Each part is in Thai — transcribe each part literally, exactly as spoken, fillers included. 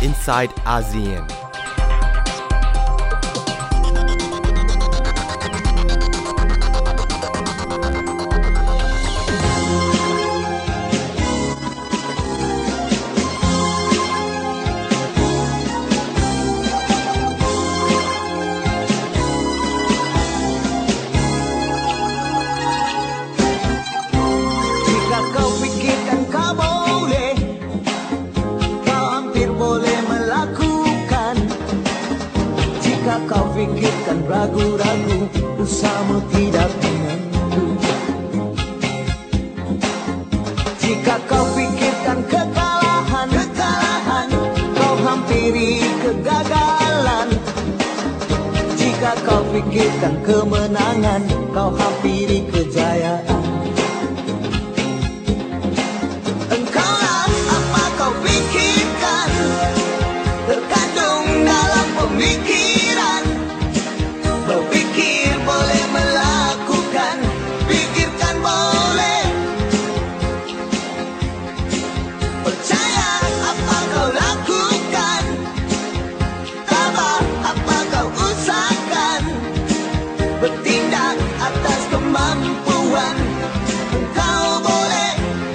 inside อาเซียน Kau fikirkan ragu-ragu usahamu tidak menentu. Jika kau fikirkan kekalahan, kekalahan kau hampiri kegagalan. Jika kau fikirkan kemenangan, kau hampiri kejayaan. Engkaulah apa kau pikirkan terkandung dalam pemikiran. Berpikir boleh melakukan, pikirkan boleh. Percaya apa kau lakukan, tabah apa kau usahakan. Bertindak atas kemampuan, engkau boleh.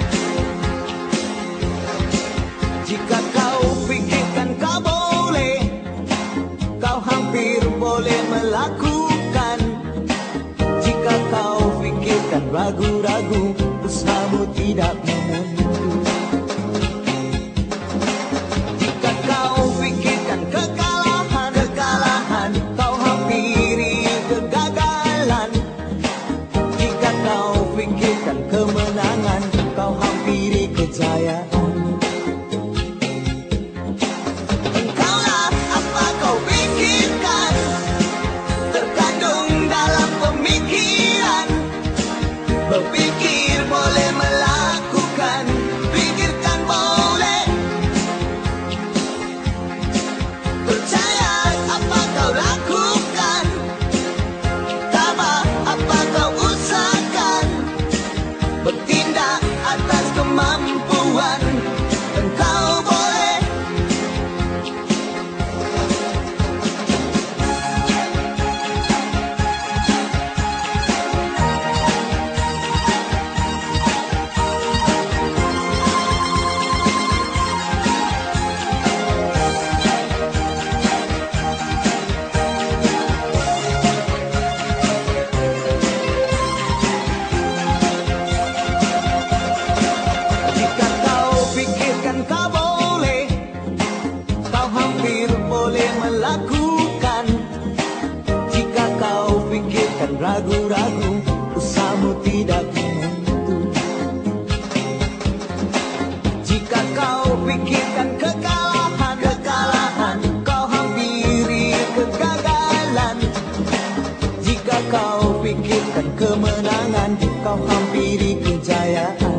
Jika kau pikirkan kau boleh, kau hampir boleh melakukan. Jika kau fikirkan ragu-ragu usahamu tidak menentu. Jika kau fikirkan kekalahan, kekalahan kau hampiri kegagalan. Jika kau fikirkan kemenangan, kau hampiri kejayaan. Berpikir boleh melakukan, pikirkan boleh. Percaya apa kau lakukan, tabah apa kau usahakan. Bertindak atas kemampuan, engkau boleh. Ragu-ragu usahamu tidak menentu. Jika kau pikirkan kekalahan, kekalahan kau hampiri kegagalan. Jika kau pikirkan kemenangan, kau hampiri kejayaan.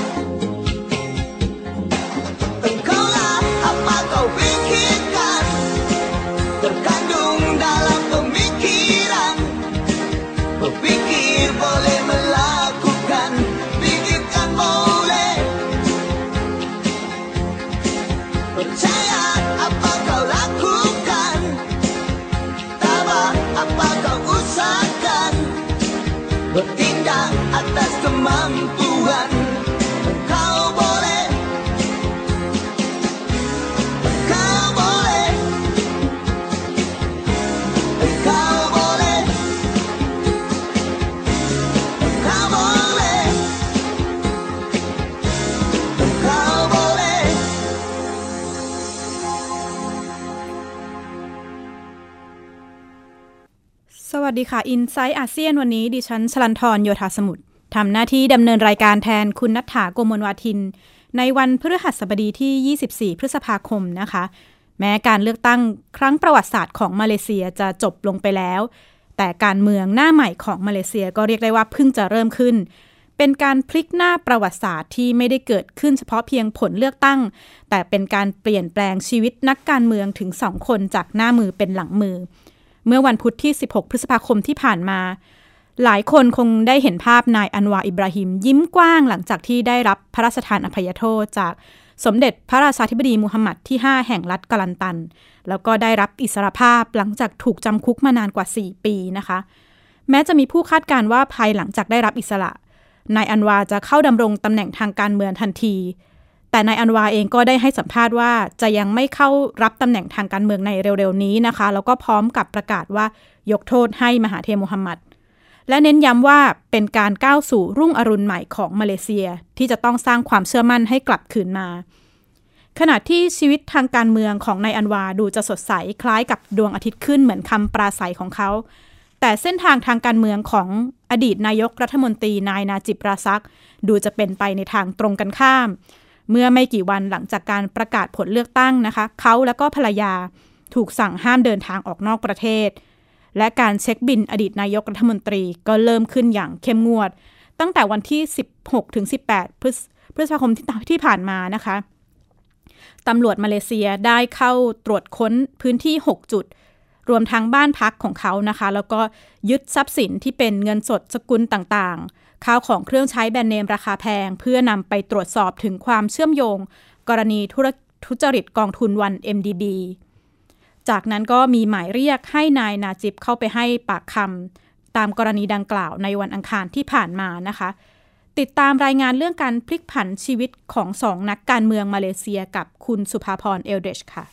Engkaulah apa kau pikirkan terkandung dalam pemikiran. Berpikir boleh melakukan, pikirkan boleh. Percaya apa kau lakukan, tabah apa kau usahakan. Bertindak atas kemampuan, engkau boleh. Engkau boleh. Engkau boleh. Engkau boleh. Engkau boleh. สวัสดีค่ะ Inside อาเซียนวันนี้ดิฉันชลันธรโยธาสมุทรทำหน้าที่ดำเนินรายการแทนคุณณัฐฐา โกมลวาทินในวันพฤหัสบดีที่ยี่สิบสี่พฤษภาคมนะคะแม้การเลือกตั้งครั้งประวัติศาสตร์ของมาเลเซียจะจบลงไปแล้วแต่การเมืองหน้าใหม่ของมาเลเซียก็เรียกได้ว่าเพิ่งจะเริ่มขึ้นเป็นการพลิกหน้าประวัติศาสตร์ที่ไม่ได้เกิดขึ้นเฉพาะเพียงผลเลือกตั้งแต่เป็นการเปลี่ยนแปลงชีวิตนักการเมืองถึงสองคนจากหน้ามือเป็นหลังมือเมื่อวันพุธที่สิบหกพฤษภาคมที่ผ่านมาหลายคนคงได้เห็นภาพนายอันวาอิบราฮิมยิ้มกว้างหลังจากที่ได้รับพระราชทานอภัยโทษจากสมเด็จพระราชาธิบดีมูฮัมหมัดที่ห้าแห่งรัฐกาลันตันแล้วก็ได้รับอิสรภาพหลังจากถูกจำคุกมานานกว่าสี่ปีนะคะแม้จะมีผู้คาดการณ์ว่าภายหลังจากได้รับอิสระนายอันวาจะเข้าดำรงตำแหน่งทางการเมืองทันทีแต่นายอันวาเองก็ได้ให้สัมภาษณ์ว่าจะยังไม่เข้ารับตำแหน่งทางการเมืองในเร็วๆนี้นะคะแล้วก็พร้อมกับประกาศว่ายกโทษให้มหาเทพมูฮัมหมัดและเน้นย้ำว่าเป็นการก้าวสู่รุ่งอรุณใหม่ของมาเลเซียที่จะต้องสร้างความเชื่อมั่นให้กลับคืนมาขณะที่ชีวิตทางการเมืองของนายอันวาดูจะสดใสคล้ายกับดวงอาทิตย์ขึ้นเหมือนคำปราศัยของเขาแต่เส้นทางทางการเมืองของอดีตนายกรัฐมนตรีนายนาจิบราซักดูจะเป็นไปในทางตรงกันข้ามเมื่อไม่กี่วันหลังจากการประกาศผลเลือกตั้งนะคะเขาและก็ภรรยาถูกสั่งห้ามเดินทางออกนอกประเทศและการเช็คบินอดีตนายกรัฐมนตรีก็เริ่มขึ้นอย่างเข้มงวดตั้งแต่วันที่สิบหกถึงสิบแปดพฤษภาคมที่ที่ผ่านมานะคะตำรวจมาเลเซียได้เข้าตรวจค้นพื้นที่หกจุดรวมทั้งบ้านพักของเขานะคะแล้วก็ยึดทรัพย์สินที่เป็นเงินสดสกุลต่างๆข้าวของเครื่องใช้แบรนด์เนมราคาแพงเพื่อนำไปตรวจสอบถึงความเชื่อมโยงกรณีธุรทุจริตกองทุนวัน เอ็ม ดี บี จากนั้นก็มีหมายเรียกให้นายนาจิบเข้าไปให้ปากคำตามกรณีดังกล่าวในวันอังคารที่ผ่านมานะคะติดตามรายงานเรื่องการพลิกผันชีวิตของสองนักการเมืองมาเลเซียกับคุณสุภาพรเอลเดชค่ะ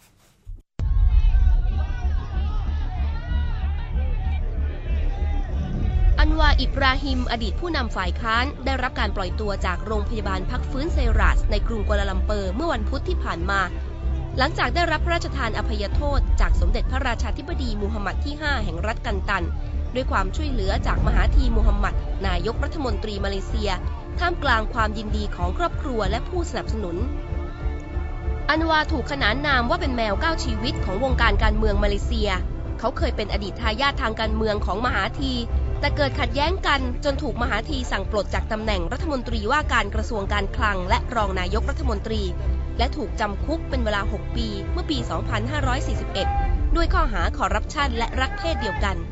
อันวาอิบราฮิมอดีตผู้นำฝ่ายค้านได้รับการปล่อยตัวจากโรงพยาบาลพักฟื้นเซรัสในกรุงกัวลาลัมเปอร์เมื่อวันพุธที่ผ่านมาหลังจากได้รับพระราชทานอภัยโทษจากสมเด็จพระราชาธิบดีมูฮัมหมัดที่ห้าแห่งรัฐกันตันด้วยความช่วยเหลือจากมหาธีมูฮัมหมัดนายกรัฐมนตรีมาเลเซียท่ามกลางความยินดีของครอบครัวและผู้สนับสนุนอันวาถูกขนานนามว่าเป็นแมวเก้าชีวิตของวงการการเมืองมาเลเซียเขาเคยเป็นอดีตทายาททางการเมืองของมหาธีแต่เกิดขัดแย้งกันจนถูกมหาธีสั่งปลดจากตำแหน่งรัฐมนตรีว่าการกระทรวงการคลังและรองนายกรัฐมนตรีและถูกจำคุกเป็นเวลาหกปีเมื่อปี สองพันห้าร้อยสี่สิบเอ็ด ด้วยข้อหาคอร์รัปชันและรักเพศเดียวกัน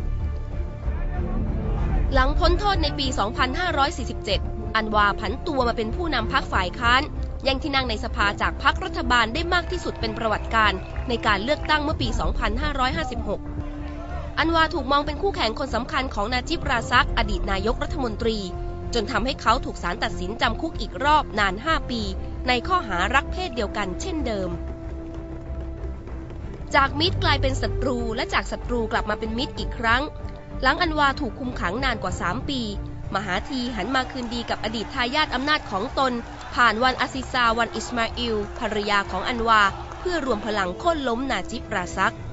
หลังพ้นโทษในปี สองพันห้าร้อยสี่สิบเจ็ด อันวาผันตัวมาเป็นผู้นำพรรคฝ่ายค้านแย่งที่นั่งในสภาจากพรรครัฐบาลได้มากที่สุดเป็นประวัติการในการเลือกตั้งเมื่อปี สองพันห้าร้อยห้าสิบหก อันวาถูกมองเป็นคู่แข่งคนสำคัญของนาจิบราซักอดีตนายกรัฐมนตรีจนทำให้เขาถูกศาลตัดสินจำคุกอีกรอบนานห้าปีในข้อหารักเพศเดียวกันเช่นเดิมจากมิตรกลายเป็นศัตรูและจากศัตรูกลับมาเป็นมิตรอีกครั้งหลังอันวาถูกคุมขังนานกว่าสามปีมหาธีหันมาคืนดีกับอดีตทายาทอำนาจของตนผ่านวันอาซิซาวันอิสมาอิลภรรยาของอันวาเพื่อรวมพลังโค่นล้มนาจิบราซัก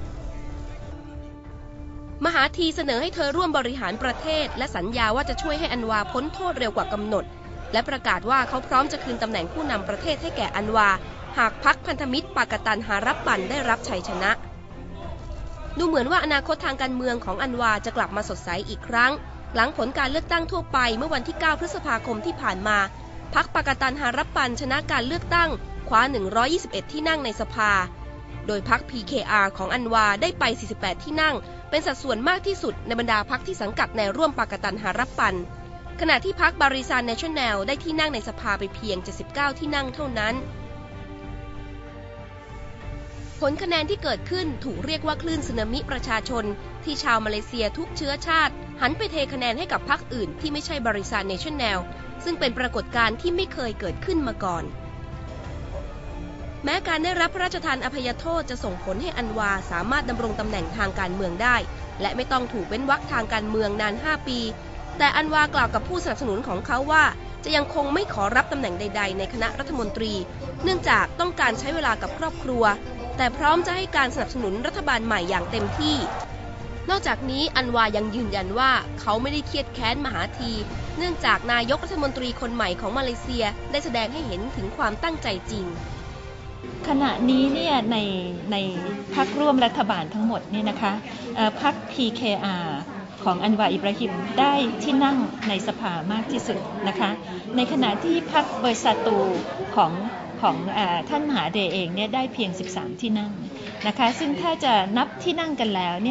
มหาธีเสนอให้เธอร่วมบริหารประเทศและสัญญาว่าจะช่วยให้อันวาพ้นโทษเร็วกว่ากำหนดและประกาศว่าเขาพร้อมจะคืนตำแหน่งผู้นำประเทศให้แก่อันวาหากพรรคพันธมิตรปากตันฮารับบันได้รับชัยชนะดูเหมือนว่าอนาคตทางการเมืองของอันวาจะกลับมาสดใสอีกครั้งหลังผลการเลือกตั้งทั่วไปเมื่อวันที่เก้าพฤษภาคมที่ผ่านมาพรรคปากตันฮารับบันชนะการเลือกตั้งคว้าหนึ่งร้อยยี่สิบเอ็ดที่นั่งในสภาโดยพรรค พี เค อาร์ ของอันวาได้ไปสี่สิบแปดที่นั่งเป็นสัดส่วนมากที่สุดในบรรดาพรรคที่สังกัดแนวร่วมปากตันฮารับบันขณะที่พรรคบาริซานเนชั่นแนลได้ที่นั่งในสภาไปเพียงเจ็ดสิบเก้าที่นั่งเท่านั้นผลคะแนนที่เกิดขึ้นถูกเรียกว่าคลื่นสึนามิประชาชนที่ชาวมาเลเซียทุกเชื้อชาติหันไปเทคะแนนให้กับพรรคอื่นที่ไม่ใช่บาริซานเนชั่นแนลซึ่งเป็นปรากฏการณ์ที่ไม่เคยเกิดขึ้นมาก่อนแม้การได้รับพระราชทานอภัยโทษจะส่งผลให้อันวาสามารถดำรงตำแหน่งทางการเมืองได้และไม่ต้องถูกเว้นวรรคทางการเมืองนานห้าปีแต่อันวากล่าวกับผู้สนับสนุนของเขาว่าจะยังคงไม่ขอรับตำแหน่งใดๆในคณะรัฐมนตรีเนื่องจากต้องการใช้เวลากับครอบครัวแต่พร้อมจะให้การสนับสนุนรัฐบาลใหม่อย่างเต็มที่นอกจากนี้อันวายังยืนยันว่าเขาไม่ได้เครียดแค้นมหาธีเนื่องจากนายกรัฐมนตรีคนใหม่ของมาเลเซียได้แสดงให้เห็นถึงความตั้งใจจริงขณะนี้เนี่ยในในพรรคร่วมรัฐบาลทั้งหมดนี่นะคะพรรค พี เค อาร์ ของอันวาอิบราฮิมได้ที่นั่งในสภามากที่สุดนะคะในขณะที่พรรคเบอร์ซาตูของของท่านมหาเดเองเนี่ยได้เพียงสิบสามที่นั่งนะคะซึ่งถ้าจะนับที่นั่งกันแล้วเนี่ย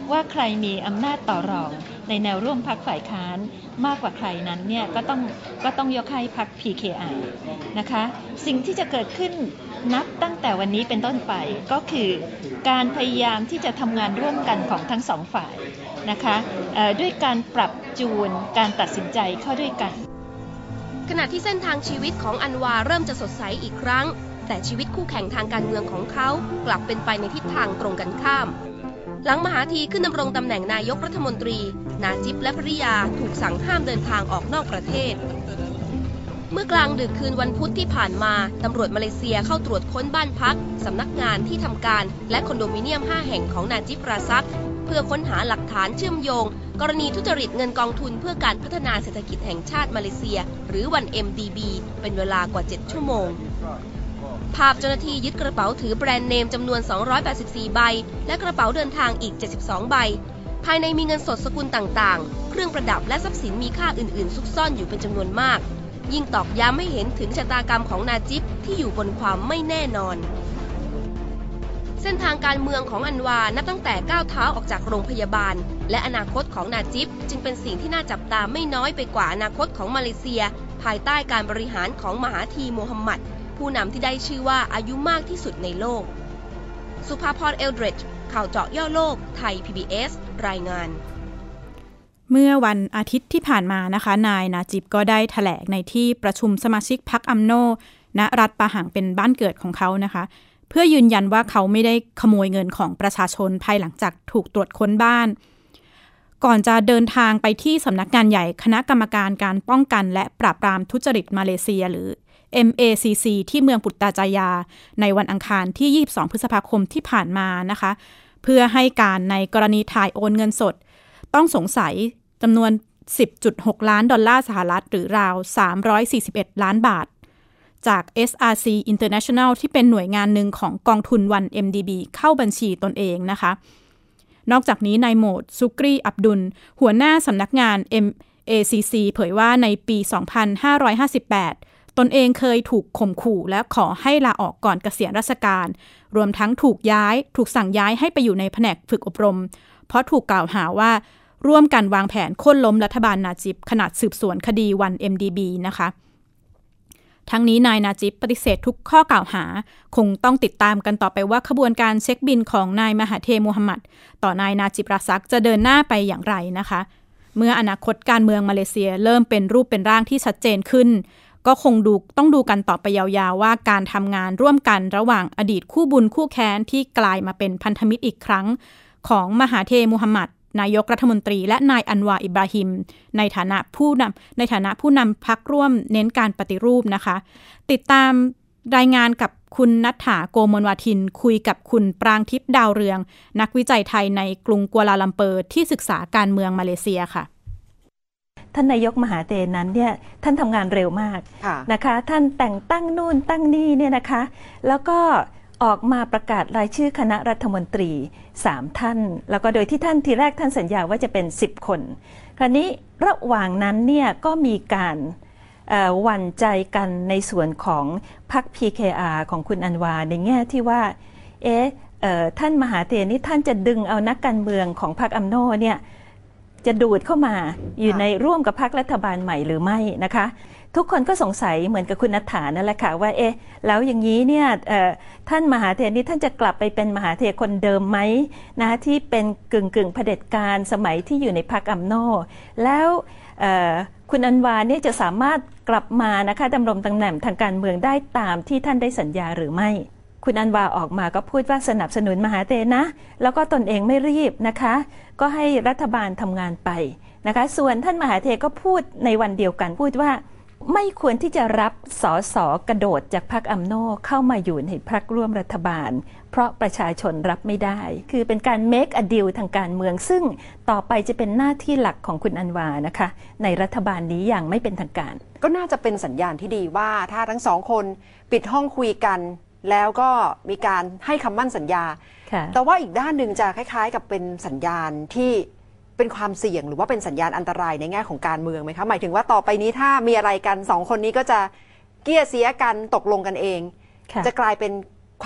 ว่าใครมีอำนาจต่อรองในแนวร่วมพรรคฝ่ายค้านมากกว่าใครนั้นเนี่ยก็ต้องก็ต้องยกให้พรรค พี เค อาร์ นะคะสิ่งที่จะเกิดขึ้นนับตั้งแต่วันนี้เป็นต้นไปก็คือการพยายามที่จะทำงานร่วมกันของทั้งสองฝ่ายนะคะด้วยการปรับจูนการตัดสินใจเข้าด้วยกันขณะที่เส้นทางชีวิตของอันวาเริ่มจะสดใสอีกครั้งแต่ชีวิตคู่แข่งทางการเมืองของเขากลับเป็นไปในทิศทางตรงกันข้ามหลังมหาธีขึ้นดำรงตำแหน่งนายกรัฐมนตรีนาจิบและภริยาถูกสั่งห้ามเดินทางออกนอกประเทศเมื่อกลางดึกคืนวันพุธที่ผ่านมาตำรวจมาเลเซียเข้าตรวจค้นบ้านพักสำนักงานที่ทำการและคอนโดมิเนียมห้าแห่งของนาจิบราซักเพื่อค้นหาหลักฐานเชื่อมโยงกรณีทุจริตเงินกองทุนเพื่อการพัฒนาเศรษฐกิจแห่งชาติมาเลเซียหรือ วัน เอ็ม ดี บี เป็นเวลากว่าเจ็ดชั่วโมงภาพเจ้าหน้าที่ยึดกระเป๋าถือแบรนด์เนมจำนวนสองร้อยแปดสิบสี่ใบและกระเป๋าเดินทางอีกเจ็ดสิบสองใบภายในมีเงินสดสกุลต่างๆเครื่องประดับและทรัพย์สินมีค่าอื่นๆซุกซ่อนอยู่เป็นจำนวนมากยิ่งตอกย้ำให้เห็นถึงชะตากรรมของนาจิบที่อยู่บนความไม่แน่นอนเส้นทางการเมืองของอันวานับตั้งแต่ก้าวเท้าออกจากโรงพยาบาลและอนาคตของนาจิบจึงเป็นสิ่งที่น่าจับตาไม่น้อยไปกว่าอนาคตของมาเลเซียภายใต้การบริหารของมหาธีโมฮัมหมัดผู้นำที่ได้ชื่อว่าอายุมากที่สุดในโลกสุภาพรเอลเดริชข่าวเจาะย่อโลกไทย พี บี เอส รายงานเมื่อวันอาทิตย์ที่ผ่านมานะคะนายนาจิบก็ได้แถลงในที่ประชุมสมาชิกพรรคอัมโนณรัฐปาหังเป็นบ้านเกิดของเขานะคะเพื่อยืนยันว่าเขาไม่ได้ขโมยเงินของประชาชนภายหลังจากถูกตรวจค้นบ้านก่อนจะเดินทางไปที่สำนักงานใหญ่คณะกรรมการการป้องกันและปราบปรามทุจริตมาเลเซียหรือ เอ็ม เอ ซี ซี ที่เมืองปุตตาจายาในวันอังคารที่ยี่สิบสองพฤษภาคมที่ผ่านมานะคะเพื่อให้การในกรณีถ่ายโอนเงินสดต้องสงสัยจำนวน สิบจุดหก ล้านดอลลาร์สหรัฐหรือราวสามร้อยสี่สิบเอ็ดล้านบาทจาก เอส อาร์ ซี International ที่เป็นหน่วยงานหนึ่งของกองทุน วัน เอ็ม ดี บี เข้าบัญชีตนเองนะคะนอกจากนี้นายโหมดซุกรีอับดุลหัวหน้าสำนักงาน เอ็ม เอ ซี ซี เผยว่าในปี สองพันห้าร้อยห้าสิบแปดตนเองเคยถูกข่มขู่และขอให้ลาออกก่อนเกษียณราชการรวมทั้งถูกย้ายถูกสั่งย้ายให้ไปอยู่ในแผนกฝึกอบรมเพราะถูกกล่าวหาว่าร่วมกันวางแผนโค่นล้มรัฐบาลนาจิบขณะสืบสวนคดี วัน เอ็ม ดี บี นะคะทั้งนี้นายนาจิบปฏิเสธทุกข้อกล่าวหาคงต้องติดตามกันต่อไปว่าขบวนการเช็คบินของนายมหาเทมูฮัมหมัดต่อนายนาจิบราซักจะเดินหน้าไปอย่างไรนะคะเมื่ออนาคตการเมืองมาเลเซียเริ่มเป็นรูปเป็นร่างที่ชัดเจนขึ้นก็คงดูต้องดูกันต่อไปยาวๆว่าการทำงานร่วมกันระหว่างอดีตคู่บุญคู่แค้นที่กลายมาเป็นพันธมิตรอีกครั้งของมหาเทมูฮัมหมัดนายกรัฐมนตรีและนายอันวาอิบราฮิมในฐานะผู้นำในฐานะผู้นำพรรคร่วมเน้นการปฏิรูปนะคะติดตามรายงานกับคุณณัฐฐา โกมลวาทินคุยกับคุณปรางทิพย์ดาวเรืองนักวิจัยไทยในกรุงกัวลาลัมเปอร์ที่ศึกษาการเมืองมาเลเซียค่ะท่านนายกมหาเตนั้นเนี่ยท่านทำงานเร็วมากนะคะท่านแต่งตั้งนู่นตั้งนี่เนี่ยนะคะแล้วก็ออกมาประกาศรายชื่อคณะรัฐมนตรีสามท่านแล้วก็โดยที่ท่านทีแรกท่านสัญญาว่าจะเป็นสิบคนคราวนี้ระหว่างนั้นเนี่ยก็มีการหวั่นใจกันในส่วนของพรรค พี เค อาร์ ของคุณอันวาในแง่ที่ว่าเอ๊ะท่านมหาเตนี่ท่านจะดึงเอานักการเมืองของพรรคอัมโนเนี่ยจะดูดเข้ามาอยู่ในร่วมกับพรรครัฐบาลใหม่หรือไม่นะคะทุกคนก็สงสัยเหมือนกับคุณณัฐฐานั่นแหละค่ะว่าเอ๊ะแล้วอย่างนี้เนี่ยท่านมหาเถรนี้ท่านจะกลับไปเป็นมหาเถรคนเดิมไหมนะที่เป็นกึ่งกึ่งเผด็จการสมัยที่อยู่ในพรรคอัมโนแล้วคุณอันวาเนี่ยจะสามารถกลับมานะคะดำรงตำแหน่งทางการเมืองได้ตามที่ท่านได้สัญญาหรือไม่คุณอันวาออกมาก็พูดว่าสนับสนุนมหาเถรนะแล้วก็ตนเองไม่รีบนะคะก็ให้รัฐบาลทำงานไปนะคะส่วนท่านมหาเถรก็พูดในวันเดียวกันพูดว่าไม่ควรที่จะรับสสกระโดดจากพรรคอัมโนเข้ามาอยู่ในพรรคร่วมรัฐบาลเพราะประชาชนรับไม่ได้คือเป็นการ make a deal ทางการเมืองซึ่งต่อไปจะเป็นหน้าที่หลักของคุณอันวานะคะในรัฐบาลนี้อย่างไม่เป็นทางการก็น่าจะเป็นสัญญาณที่ดีว่าถ้าทั้งสองคนปิดห้องคุยกันแล้วก็มีการให้คำมั่นสัญญาแต่ว่าอีกด้านหนึ่งจะคล้ายๆกับเป็นสัญญาณที่เป็นความเสี่ยงหรือว่าเป็นสัญญาณอันตรายในแง่ของการเมืองไหมคะหมายถึงว่าต่อไปนี้ถ้ามีอะไรกันสองคนนี้ก็จะเกี้ยเสียกันตกลงกันเองจะกลายเป็นคว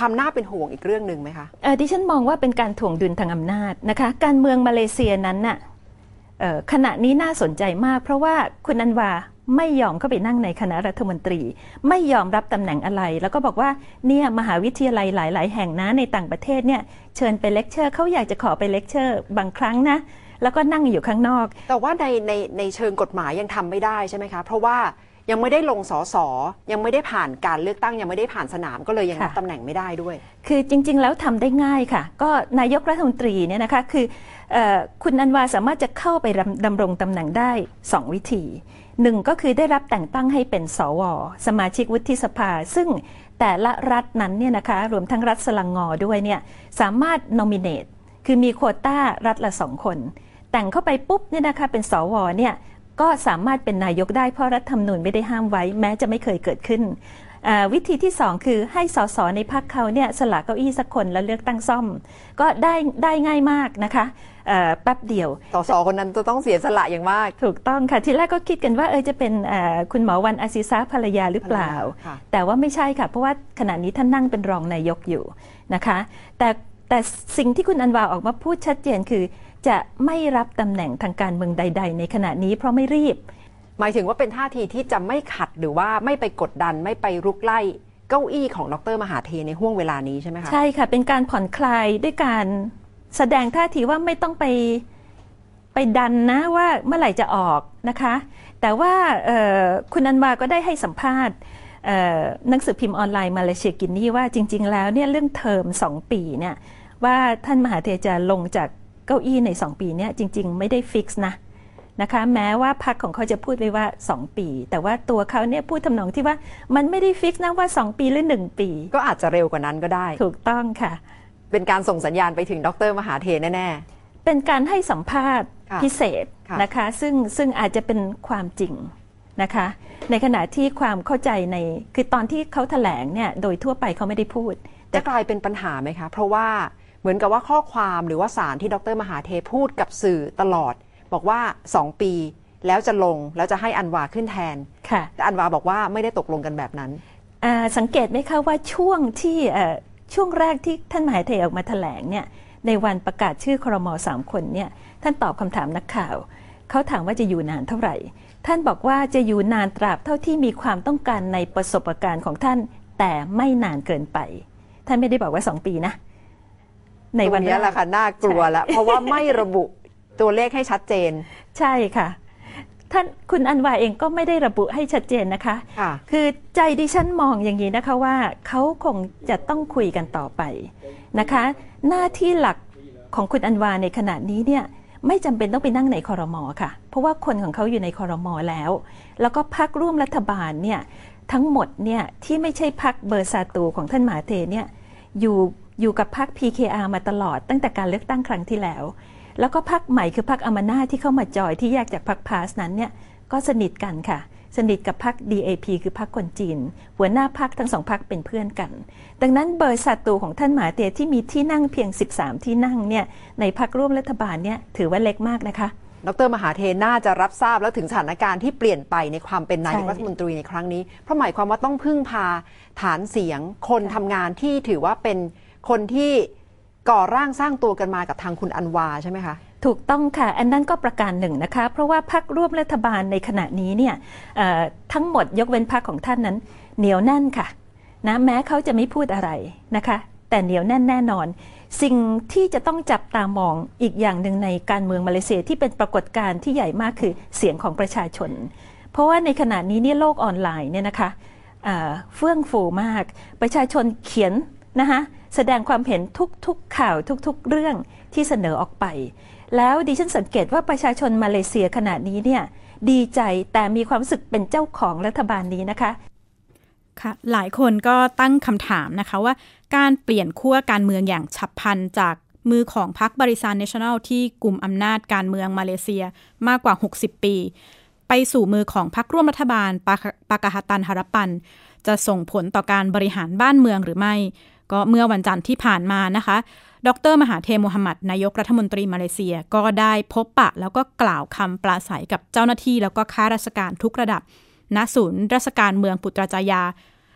ความน่าเป็นห่วงอีกเรื่องหนึ่งไหมคะเออดิฉันมองว่าเป็นการถ่วงดุลทางอำนาจนะคะการเมืองมาเลเซียนั้นน่ะขณะนี้น่าสนใจมากเพราะว่าคุณอันวาไม่ยอมเข้าไปนั่งในคณะรัฐมนตรีไม่ยอมรับตำแหน่งอะไรแล้วก็บอกว่าเนี่ยมหาวิทยาลัยหลายๆแห่งนะในต่างประเทศเนี่ยเชิญไปเลคเชอร์เขาอยากจะขอไปเลคเชอร์บางครั้งนะแล้วก็นั่งอยู่ข้างนอกแต่ว่าในในในเชิงกฎหมายยังทำไม่ได้ใช่ไหมคะเพราะว่ายังไม่ได้ลงสสยังไม่ได้ผ่านการเลือกตั้งยังไม่ได้ผ่านสนามก็เลยยังรับตำแหน่งไม่ได้ด้วยคือจริงๆแล้วทำได้ง่ายค่ะก็นายกรัฐมนตรีเนี่ยนะคะคือคุณอันวาสามารถจะเข้าไปดำรงตำแหน่งได้สองวิธีหนึ่งก็คือได้รับแต่งตั้งให้เป็นสวสมาชิกวุฒิสภาซึ่งแต่ละรัฐนั้นเนี่ยนะคะรวมทั้งรัฐสลังงอด้วยเนี่ยสามารถ nominate คือมีโควต้ารัฐละสองคนแต่งเข้าไปปุ๊บเนี่ยนะคะเป็นสวเนี่ยก็สามารถเป็นนายกได้เพราะรัฐธรรมนูญไม่ได้ห้ามไว้แม้จะไม่เคยเกิดขึ้นวิธีที่สองคือให้สสในพรรคเขาเนี่ยสละเก้าอี้สักคนแล้วเลือกตั้งซ่อมก็ได้ได้ง่ายมากนะคะแป๊บเดียวสสคนนั้นจะต้องเสียสละอย่างมากถูกต้องค่ะทีแรกก็คิดกันว่าเออจะเป็นคุณหมอวันอาซิซาภรรยาหรือเปล่าแต่ว่าไม่ใช่ค่ะเพราะว่าขณะนี้ท่านนั่งเป็นรองนายกอยู่นะคะแต่แต่สิ่งที่คุณอันวาออกมาพูดชัดเจนคือจะไม่รับตำแหน่งทางการเมืองใดๆในขณะนี้เพราะไม่รีบหมายถึงว่าเป็นท่าทีที่จะไม่ขัดหรือว่าไม่ไปกดดันไม่ไปรุกไล่เก้าอี้ของดร.มหาเทในห่วงเวลานี้ใช่ไหมคะใช่ค่ะเป็นการผ่อนคลายด้วยการแสดงท่าทีว่าไม่ต้องไปไปดันนะว่าเมื่อไหร่จะออกนะคะแต่ว่าคุณอันวาก็ได้ให้สัมภาษณ์หนังสือพิมพ์ออนไลน์มาเลเซียกินนี่ว่าจริงๆแล้วเนี่ยเรื่องเทอมสองปีเนี่ยว่าท่านมหาเทจะลงจากเก้าอี้ในสองปีเนี่ยจริงๆไม่ได้ฟิกซ์นะนะคะแม้ว่าพรรคของเขาจะพูดไว้ว่าสองปีแต่ว่าตัวเขาเนี่ยพูดทำนองที่ว่ามันไม่ได้ฟิกซ์นะว่าสองปีหรือหนึ่งปีก็อาจจะเร็วกว่านั้นก็ได้ถูกต้องค่ะเป็นการส่งสัญญาณไปถึงดร.มหาเทแน่ๆเป็นการให้สัมภาษณ์พิเศษนะคะซึ่งซึ่งอาจจะเป็นความจริงนะคะในขณะที่ความเข้าใจในคือตอนที่เขาแถลงเนี่ยโดยทั่วไปเขาไม่ได้พูดจะกลายเป็นปัญหาไหมคะเพราะว่าเหมือนกับว่าข้อความหรือว่าสารที่ดร.มหาเทพูดกับสื่อตลอดบอกว่าสองปีแล้วจะลงแล้วจะให้อันวาขึ้นแทนแต่อันวาบอกว่าไม่ได้ตกลงกันแบบนั้นสังเกตไหมคะว่าช่วงที่ช่วงแรกที่ท่านมหาเทออกมาแถลงเนี่ยในวันประกาศชื่อครม.สามคนเนี่ยท่านตอบคำถามนักข่าวเขาถามว่าจะอยู่นานเท่าไหร่ท่านบอกว่าจะอยู่นานตราบเท่าที่มีความต้องการในประสบการณ์ของท่านแต่ไม่นานเกินไปท่านไม่ได้บอกว่าสองปีนะในวันนี้แหละค่ะน่ากลัวแล้วเพราะว่าไม่ระบุตัวเลขให้ชัดเจนใช่ค่ะท่านคุณอันวาเองก็ไม่ได้ระบุให้ชัดเจนนะคะคือใจดิฉันมองอย่างนี้นะคะว่าเขาคงจะต้องคุยกันต่อไปนะคะหน้าที่หลักของคุณอันวาในขณะนี้เนี่ยไม่จำเป็นต้องไปนั่งในครม.ค่ะเพราะว่าคนของเขาอยู่ในครม.แล้วแล้วก็พรรคร่วมรัฐบาลเนี่ยทั้งหมดเนี่ยที่ไม่ใช่พรรคเบอร์ซาตูของท่านมหาเทเนี่ยอยู่อยู่กับพรรค พี เค อาร์ มาตลอดตั้งแต่การเลือกตั้งครั้งที่แล้วแล้วก็พรรคใหม่คือพรรคอามานาที่เข้ามาจอยที่แยกจากพรรคพาสนั้นเนี่ยก็สนิทกันค่ะสนิทกับพรรค ดี เอ พี คือพรรคคนจีนหัวหน้าพรรคทั้งสองพรรคเป็นเพื่อนกันดังนั้นเบอร์ศัตรูของท่านหมาเตที่มีที่นั่งเพียงสิบสามที่นั่งเนี่ยในพรรคร่วมรัฐบาลเนี่ยถือว่าเล็กมากนะคะดร.มหาเทน่าจะรับทราบแล้วถึงสถานการณ์ที่เปลี่ยนไปในความเป็นนายกรัฐมนตรีในครั้งนี้เพราะหมายความว่าต้องพึ่งพาฐานเสียงคนทำงานที่ถือว่าเป็นคนที่ก่อร่างสร้างตัวกันมากับทางคุณอันวาใช่ไหมคะถูกต้องค่ะอันนั้นก็ประการหนึ่งนะคะเพราะว่าพรรคร่วมรัฐบาลในขณะนี้เนี่ยทั้งหมดยกเว้นพรรคของท่านนั้นเหนียวแน่นค่ะนะแม้เขาจะไม่พูดอะไรนะคะแต่เหนียวแน่นแน่นอนสิ่งที่จะต้องจับตามองอีกอย่างหนึ่งในการเมืองมาเลเซียที่เป็นปรากฏการณ์ที่ใหญ่มากคือเสียงของประชาชนเพราะว่าในขณะนี้เนี่ยโลกออนไลน์เนี่ยนะคะเฟื่องฟูมากประชาชนเขียนนะคะแสดงความเห็นทุกๆข่าวทุกๆเรื่องที่เสนอออกไปแล้วดิฉันสังเกตว่าประชาชนมาเลเซียขณะนี้เนี่ยดีใจแต่มีความรู้สึกเป็นเจ้าของรัฐบาลนี้นะคะค่ะหลายคนก็ตั้งคำถามนะคะว่าการเปลี่ยนขั้วการเมืองอย่างฉับพลันจากมือของพรรคบาริซานเนชั่นแนลที่กุมอำนาจการเมืองมาเลเซียมากกว่าหกสิบปีไปสู่มือของพรรคร่วมรัฐบาลปากาฮตันฮารัปปันจะส่งผลต่อการบริหารบ้านเมืองหรือไม่ก็เมื่อวันจันทร์ที่ผ่านมานะคะดร.มหาเทมูฮัมหมัดนายกรัฐมนตรีมาเลเซียก็ได้พบปะแล้วก็กล่าวคำปราศัยกับเจ้าหน้าที่แล้วก็ข้าราชการทุกระดับณศูนย์ราชการเมืองปุตราจายา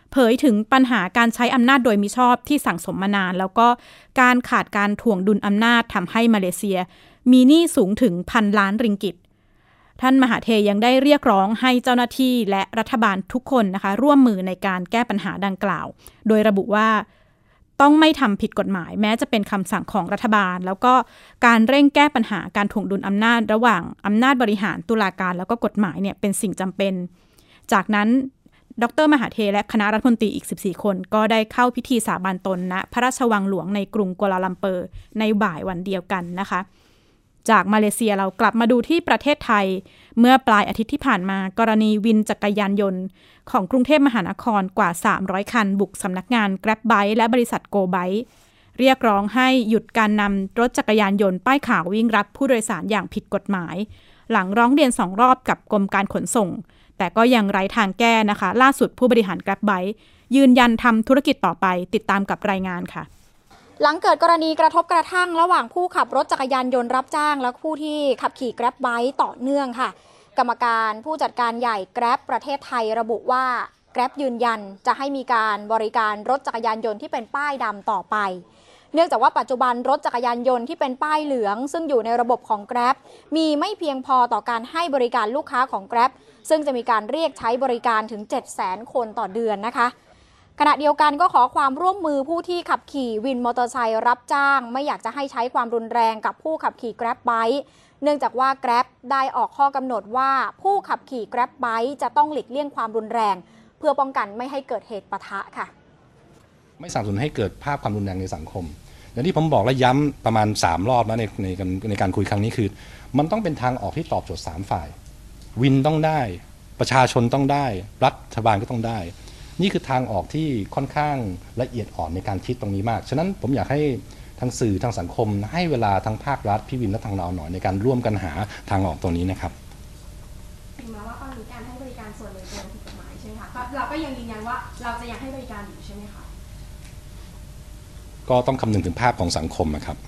เผยถึงปัญหาการใช้อำนาจโดยมิชอบที่สั่งสมมานานแล้วก็การขาดการถ่วงดุลอำนาจทำให้มาเลเซียมีหนี้สูงถึงพันล้านริงกิตท่านมหาเทยังได้เรียกร้องให้เจ้าหน้าที่และรัฐบาลทุกคนนะคะร่วมมือในการแก้ปัญหาดังกล่าวโดยระบุว่าต้องไม่ทำผิดกฎหมายแม้จะเป็นคำสั่งของรัฐบาลแล้วก็การเร่งแก้ปัญหาการถ่วงดุลอำนาจระหว่างอำนาจบริหารตุลาการแล้วก็กฎหมายเนี่ยเป็นสิ่งจำเป็นจากนั้นดร.มหาเทและคณะรัฐมนตรีอีกสิบสี่คนก็ได้เข้าพิธีสาบานตนณพระราชวังหลวงในกรุงกัวลาลัมเปอร์ในบ่ายวันเดียวกันนะคะจากมาเลเซียเรากลับมาดูที่ประเทศไทยเมื่อปลายอาทิตย์ที่ผ่านมากรณีวินจักรยานยนต์ของกรุงเทพมหานครกว่าสามร้อยคันบุกสำนักงาน Grab Bike และบริษัท Go Bike เรียกร้องให้หยุดการนำรถจักรยานยนต์ป้ายขาววิ่งรับผู้โดยสารอย่างผิดกฎหมายหลังร้องเรียนสองรอบกับกรมการขนส่งแต่ก็ยังไร้ทางแก้นะคะล่าสุดผู้บริหาร Grab Bike ยืนยันทำธุรกิจต่อไปติดตามกับรายงานค่ะหลังเกิดกรณีกระทบกระทั่งระหว่างผู้ขับรถจักรยานยนต์รับจ้างและผู้ที่ขับขี่ Grab Bike ต่อเนื่องค่ะกรรมการผู้จัดการใหญ่ Grab ประเทศไทยระบุว่า Grab ยืนยันจะให้มีการบริการรถจักรยานยนต์ที่เป็นป้ายดำต่อไปเนื่องจากว่าปัจจุบันรถจักรยานยนต์ที่เป็นป้ายเหลืองซึ่งอยู่ในระบบของ Grab มีไม่เพียงพอต่อการให้บริการลูกค้าของ Grab ซึ่งจะมีการเรียกใช้บริการถึง เจ็ดแสน คนต่อเดือนนะคะขณะเดียวกันก็ขอความร่วมมือผู้ที่ขับขี่วินมอเตอร์ไซค์รับจ้างไม่อยากจะให้ใช้ความรุนแรงกับผู้ขับขี่ Grab Bike เนื่องจากว่า Grab ได้ออกข้อกำหนดว่าผู้ขับขี่ Grab Bike จะต้องหลีกเลี่ยงความรุนแรงเพื่อป้องกันไม่ให้เกิดเหตุปะทะค่ะไม่สนับสนุนให้เกิดภาพความรุนแรงในสังคมอย่างที่ผมบอกและย้ำประมาณสามรอบแล้วในในการในการคุยครั้งนี้คือมันต้องเป็นทางออกที่ตอบโจทย์สามฝ่ายวินต้องได้ประชาชนต้องได้รัฐบาลก็ต้องได้นี่คือทางออกที่ค่อนข้างละเอียดอ่อนในการคิดตรงนี้มากฉะนั้นผมอยากให้ทางสื่อทางสังคมให้เวลาทั้งภาครัฐพี่วินและทางเราหน่อยในการร่วมกันหาทางออกตรงนี้นะครับถึงแม้ว่าตอนนี้การให้บริการส่วนหนึ่งเป็นผิดกฎหมายใช่ไหมคะเราก็ยังยืนยันว่าเราจะยังให้บริการอยู่ใช่ไหมคะก็ต้องคำนึงถึงภาพของสังคมนะครับ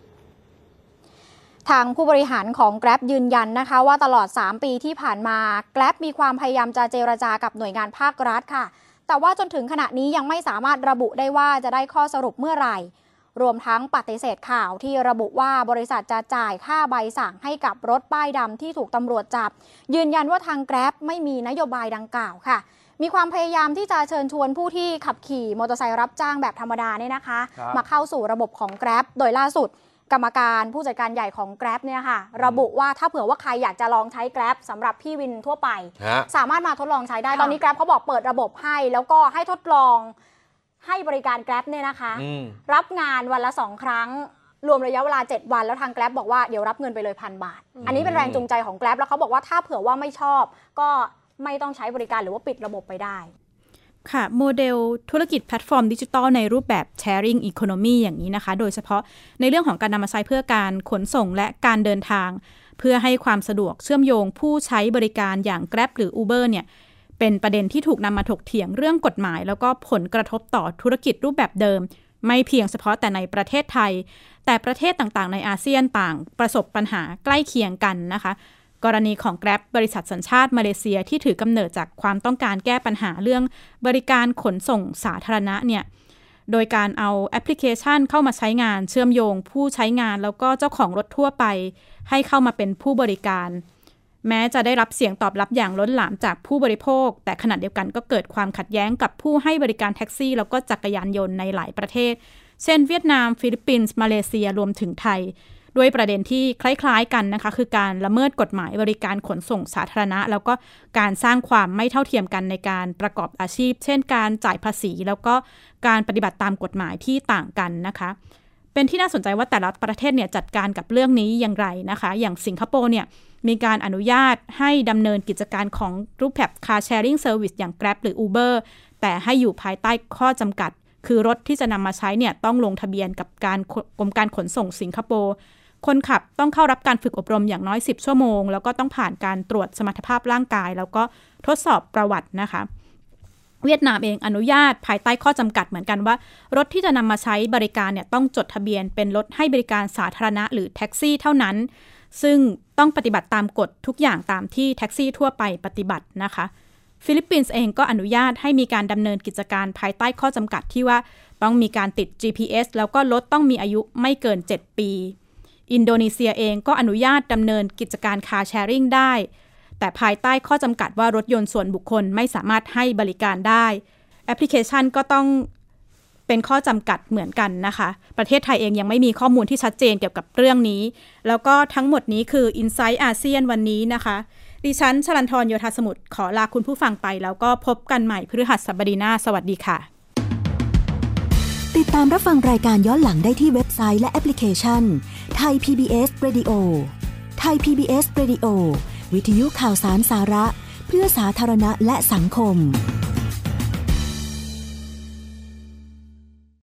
ทางผู้บริหารของ Grab ยืนยันนะคะว่าตลอดสามปีที่ผ่านมา Grab มีความพยายามจะเจรจากับหน่วยงานภาครัฐค่ะแต่ว่าจนถึงขณะนี้ยังไม่สามารถระบุได้ว่าจะได้ข้อสรุปเมื่อไหร่รวมทั้งปฏิเสธข่าวที่ระบุว่าบริษัทจะจ่ายค่าใบสั่งให้กับรถป้ายดำที่ถูกตำรวจจับยืนยันว่าทาง Grab ไม่มีนโยบายดังกล่าวค่ะมีความพยายามที่จะเชิญชวนผู้ที่ขับขี่มอเตอร์ไซค์รับจ้างแบบธรรมดาเนี่ยนะคะมาเข้าสู่ระบบของ Grab โดยล่าสุดกรรมการผู้จัดการใหญ่ของ Grab เนี่ยค่ะระบุว่าถ้าเผื่อว่าใครอยากจะลองใช้ Grab สำหรับพี่วินทั่วไปสามารถมาทดลองใช้ได้ตอนนี้ Grab เขาบอกเปิดระบบให้แล้วก็ให้ทดลองให้บริการ Grab เนี่ยนะคะรับงานวันละสองครั้งรวมระยะเวลาเจ็ดวันแล้วทาง Grab บอกว่าเดี๋ยวรับเงินไปเลยพันบาทอันนี้เป็นแรงจูงใจของ Grab แล้วเขาบอกว่าถ้าเผื่อว่าไม่ชอบก็ไม่ต้องใช้บริการหรือว่าปิดระบบไปได้ค่ะโมเดลธุรกิจแพลตฟอร์มดิจิทัลในรูปแบบ Sharing Economy อย่างนี้นะคะโดยเฉพาะในเรื่องของการนำมาใช้เพื่อการขนส่งและการเดินทางเพื่อให้ความสะดวกเชื่อมโยงผู้ใช้บริการอย่าง Grab หรือ Uber เนี่ยเป็นประเด็นที่ถูกนำมาถกเถียงเรื่องกฎหมายแล้วก็ผลกระทบต่อธุรกิจรูปแบบเดิมไม่เพียงเฉพาะแต่ในประเทศไทยแต่ประเทศต่างๆในอาเซียนต่างประสบปัญหาใกล้เคียงกันนะคะกรณีของ Grab บริษัทสัญชาติมาเลเซียที่ถือกำเนิดจากความต้องการแก้ปัญหาเรื่องบริการขนส่งสาธารณะเนี่ยโดยการเอาแอปพลิเคชันเข้ามาใช้งานเชื่อมโยงผู้ใช้งานแล้วก็เจ้าของรถทั่วไปให้เข้ามาเป็นผู้บริการแม้จะได้รับเสียงตอบรับอย่างล้นหลามจากผู้บริโภคแต่ขณะเดียวกันก็เกิดความขัดแย้งกับผู้ให้บริการแท็กซี่แล้วก็จักรยานยนต์ในหลายประเทศเช่นเวียดนามฟิลิปปินส์มาเลเซียรวมถึงไทยด้วยประเด็นที่คล้ายๆกันนะคะคือการละเมิดกฎหมายบริการขนส่งสาธารณะแล้วก็การสร้างความไม่เท่าเทียมกันในการประกอบอาชีพเช่นการจ่ายภาษีแล้วก็การปฏิบัติตามกฎหมายที่ต่างกันนะคะเป็นที่น่าสนใจว่าแต่ละประเทศเนี่ยจัดการกับเรื่องนี้อย่างไรนะคะอย่างสิงคโปร์เนี่ยมีการอนุญาตให้ดำเนินกิจการของรูปแบบ Car Sharing Service อย่าง Grab หรือ Uber แต่ให้อยู่ภายใต้ข้อจำกัดคือรถที่จะนำมาใช้เนี่ยต้องลงทะเบียนกับการกรมการขนส่งสิงคโปร์คนขับต้องเข้ารับการฝึกอบรมอย่างน้อยสิบชั่วโมงแล้วก็ต้องผ่านการตรวจสมรรถภาพร่างกายแล้วก็ทดสอบประวัตินะคะเวียดนามเองอนุญาตภายใต้ข้อจำกัดเหมือนกันว่ารถที่จะนำมาใช้บริการเนี่ยต้องจดทะเบียนเป็นรถให้บริการสาธารณะหรือแท็กซี่เท่านั้นซึ่งต้องปฏิบัติตามกฎทุกอย่างตามที่แท็กซี่ทั่วไปปฏิบัตินะคะฟิลิปปินส์เองก็อนุญาตให้มีการดำเนินกิจการภายใต้ข้อจำกัดที่ว่าต้องมีการติด จี พี เอส แล้วก็รถต้องมีอายุไม่เกินเจ็ดปีอินโดนีเซียเองก็อนุญาตดำเนินกิจการคาร์แชร์ริ่งได้แต่ภายใต้ข้อจำกัดว่ารถยนต์ส่วนบุคคลไม่สามารถให้บริการได้แอปพลิเคชันก็ต้องเป็นข้อจำกัดเหมือนกันนะคะประเทศไทยเองยังไม่มีข้อมูลที่ชัดเจนเกี่ยวกับเรื่องนี้แล้วก็ทั้งหมดนี้คือ Insight อาเซียนวันนี้นะคะดิฉันชลันธรโยธาสมุทรขอลาคุณผู้ฟังไปแล้วก็พบกันใหม่พฤหัสบดีหน้าสวัสดีค่ะติดตามรับฟังรายการย้อนหลังได้ที่เว็บไซต์และแอปพลิเคชัน Thai พี บี เอส Radio Thai พี บี เอส Radio วิทยุข่าวสารสาระเพื่อสาธารณะและสังคม